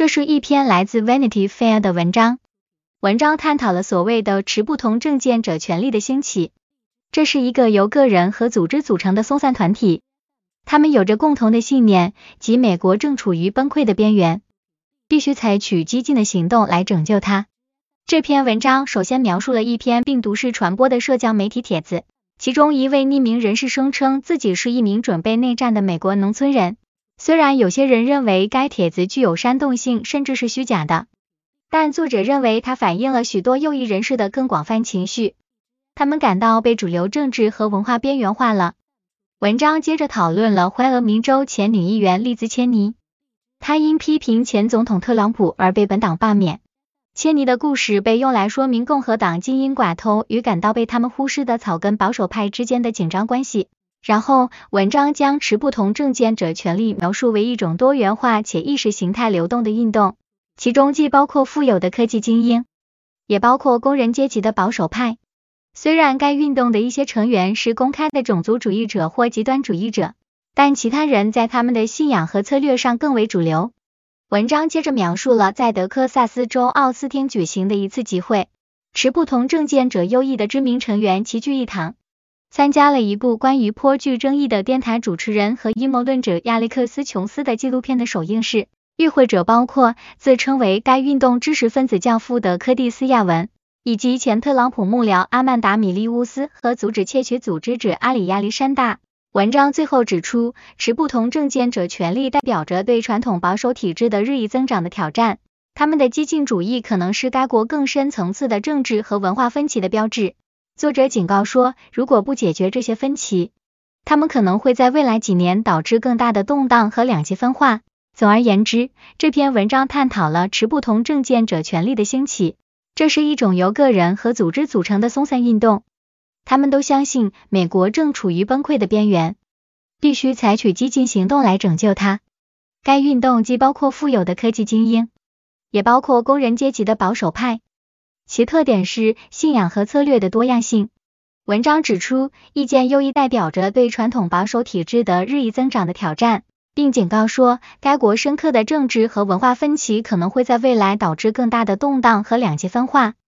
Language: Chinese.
是一篇来自 Vanity Fair 的文章。文章探讨了所谓的持不同政见者权利的兴起。这是一个由个人和组织组成的松散团体，他们有着共同的信念，即美国正处于崩溃的边缘，必须采取激进的行动来拯救它。这篇文章首先描述了一篇病毒式传播的社交媒体帖子，其中一位匿名人士声称自己是一名准备内战的美国农村人。虽然有些人认为该帖子具有煽动性，甚至是虚假的，但作者认为它反映了许多右翼人士的更广泛情绪，他们感到被主流政治和文化边缘化了。文章接着讨论了怀俄明州前女议员丽兹·切尼，她因批评前总统特朗普而被本党罢免。切尼的故事被用来说明共和党精英寡头与感到被他们忽视的草根保守派之间的紧张关系。然后，文章将持不同政见者权利描述为一种多元化且意识形态流动的运动，其中既包括富有的科技精英，也包括工人阶级的保守派。虽然该运动的一些成员是公开的种族主义者或极端主义者，但其他人在他们的信仰和策略上更为主流。文章接着描述了在德克萨斯州奥斯汀举行的一次集会，持不同政见者右翼的知名成员齐聚一堂，参加了一部关于颇具争议的电台主持人和阴谋论者亚历克斯·琼斯的纪录片的首映式。与会者包括自称为该运动知识分子教父的柯蒂斯·亚文，以及前特朗普幕僚阿曼达·米利乌斯和阻止窃取组织者阿里亚历山大。文章最后指出，持不同政见者权利代表着对传统保守体制的日益增长的挑战，他们的激进主义可能是该国更深层次的政治和文化分歧的标志。作者警告说，如果不解决这些分歧，他们可能会在未来几年导致更大的动荡和两极分化。总而言之，这篇文章探讨了持不同政见者权利的兴起，这是一种由个人和组织组成的松散运动，他们都相信美国正处于崩溃的边缘，必须采取激进行动来拯救它。该运动既包括富有的科技精英，也包括工人阶级的保守派，其特点是信仰和策略的多样性。文章指出，意见右翼代表着对传统保守体制的日益增长的挑战，并警告说，该国深刻的政治和文化分歧可能会在未来导致更大的动荡和两极分化。